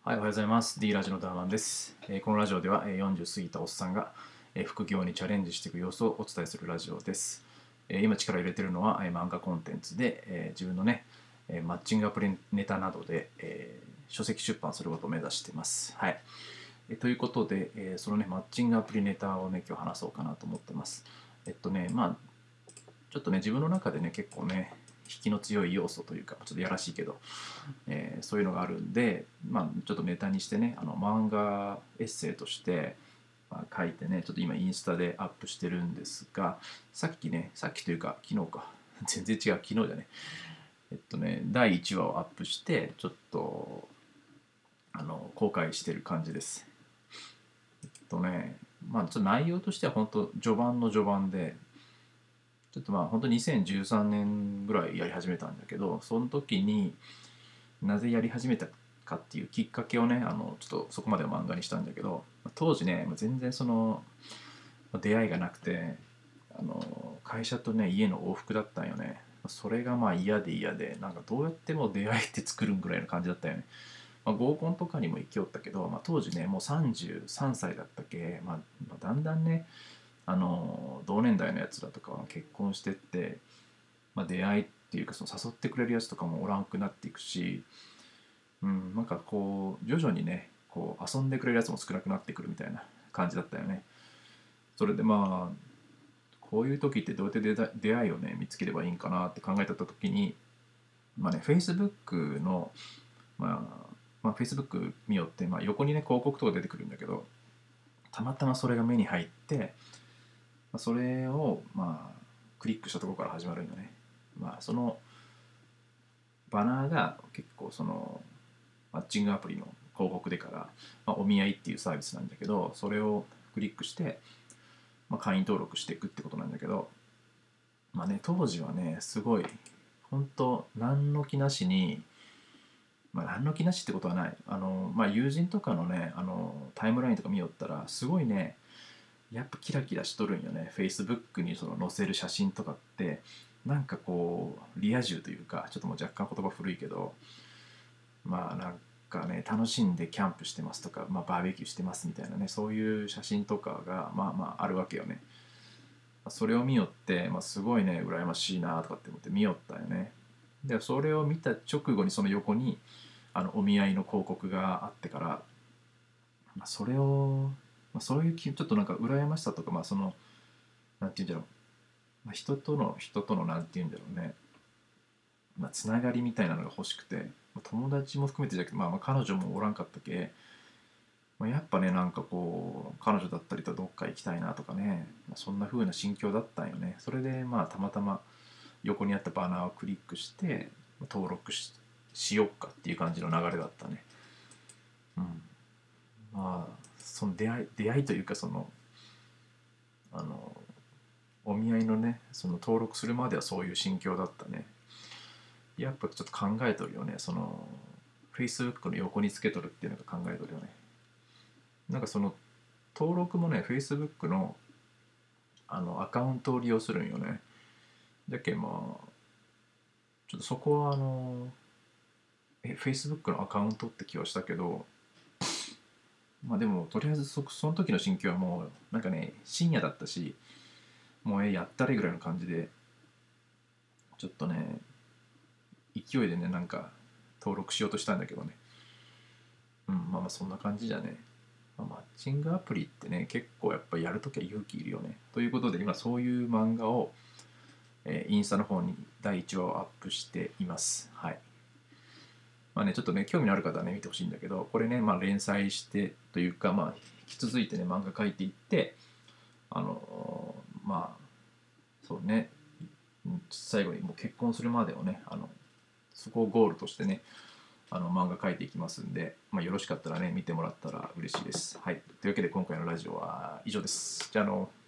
はい、おはようございます。D ラジオのダーマンです。このラジオでは40過ぎたおっさんが副業にチャレンジしていく様子をお伝えするラジオです。今力を入れているのは漫画コンテンツで自分のねマッチングアプリネタなどで書籍出版することを目指しています。はい。ということでそのねマッチングアプリネタをね今日話そうかなと思ってます。まあちょっとね自分の中でね結構ね引きの強い要素というかちょっとやらしいけど、そういうのがあるんで、ちょっとネタにしてね漫画エッセイとして、書いてねちょっと今インスタでアップしてるんですが、さっきというか昨日か全然違う昨日じゃね第1話をアップしてちょっと公開してる感じです。ちょっと内容としては本当序盤の序盤で、ちょっと本当2013年ぐらいやり始めたんだけど、その時になぜやり始めたかっていうきっかけをねちょっとそこまで漫画にしたんだけど、当時ね全然その出会いがなくて、会社とね家の往復だったんよね。それが嫌で嫌で、なんかどうやっても出会いって作るんぐらいの感じだったよね。合コンとかにも行きよったけど、当時ねもう33歳だったっけ、だんだんね同年代のやつらとかは結婚してって、出会いっていうかその誘ってくれるやつとかもおらんくなっていくし、なんかこう徐々にねこう遊んでくれるやつも少なくなってくるみたいな感じだったよね。それでこういう時ってどうやって出会いをね見つければいいんかなって考えた時に、Facebook のFacebook 見よって、横にね広告とか出てくるんだけど、たまたまそれが目に入って、それをクリックしたところから始まるんよね。そのバナーが結構そのマッチングアプリの広告でから、お見合いっていうサービスなんだけど、それをクリックして、会員登録していくってことなんだけど、当時はねすごい本当何の気なしに、何の気なしってことはない、友人とかのねタイムラインとか見よったらすごいねやっぱキラキラしとるんよね。 Facebook にその載せる写真とかって、なんかこうリア充というか、ちょっともう若干言葉古いけど、なんかね楽しんでキャンプしてますとか、バーベキューしてますみたいなね、そういう写真とかがあるわけよね。それを見よって、すごいね羨ましいなとかって思って見よったよね。でそれを見た直後にその横にお見合いの広告があってから、それを、そういうちょっとなんか羨ましさとか、そのなんて言うんだろう、人とのなんて言うんだろうね、つながりみたいなのが欲しくて、友達も含めてじゃけど、彼女もおらんかったけ、やっぱねなんかこう彼女だったりとどっか行きたいなとかね、そんな風な心境だったんよね。それでたまたま横にあったバナーをクリックして登録しよっかっていう感じの流れだったね。うん、その出会いというか、そのあのお見合いのねその登録するまではそういう心境だったね。やっぱちょっと考えとるよね、その Facebook の横につけとるっていうのが考えとるよね。なんかその登録もね Facebook のアカウントを利用するんよね。だけちょっとそこはFacebook のアカウントって気はしたけど、でもとりあえずその時の心境はもうなんかね深夜だったし、もうやったれぐらいの感じで、ちょっとね勢いでねなんか登録しようとしたんだけどね。そんな感じじゃね。マッチングアプリってね結構やっぱやるときは勇気いるよね。ということで今そういう漫画を、インスタの方に第1話をアップしています。はい。ちょっとね興味のある方はね見てほしいんだけど、これね連載してというか、引き続いてね漫画描いていって、あのそうね、最後にもう結婚するまでをねそこをゴールとしてね漫画描いていきますんで、よろしかったらね見てもらったら嬉しいです。はい。というわけで今回のラジオは以上です。じゃあ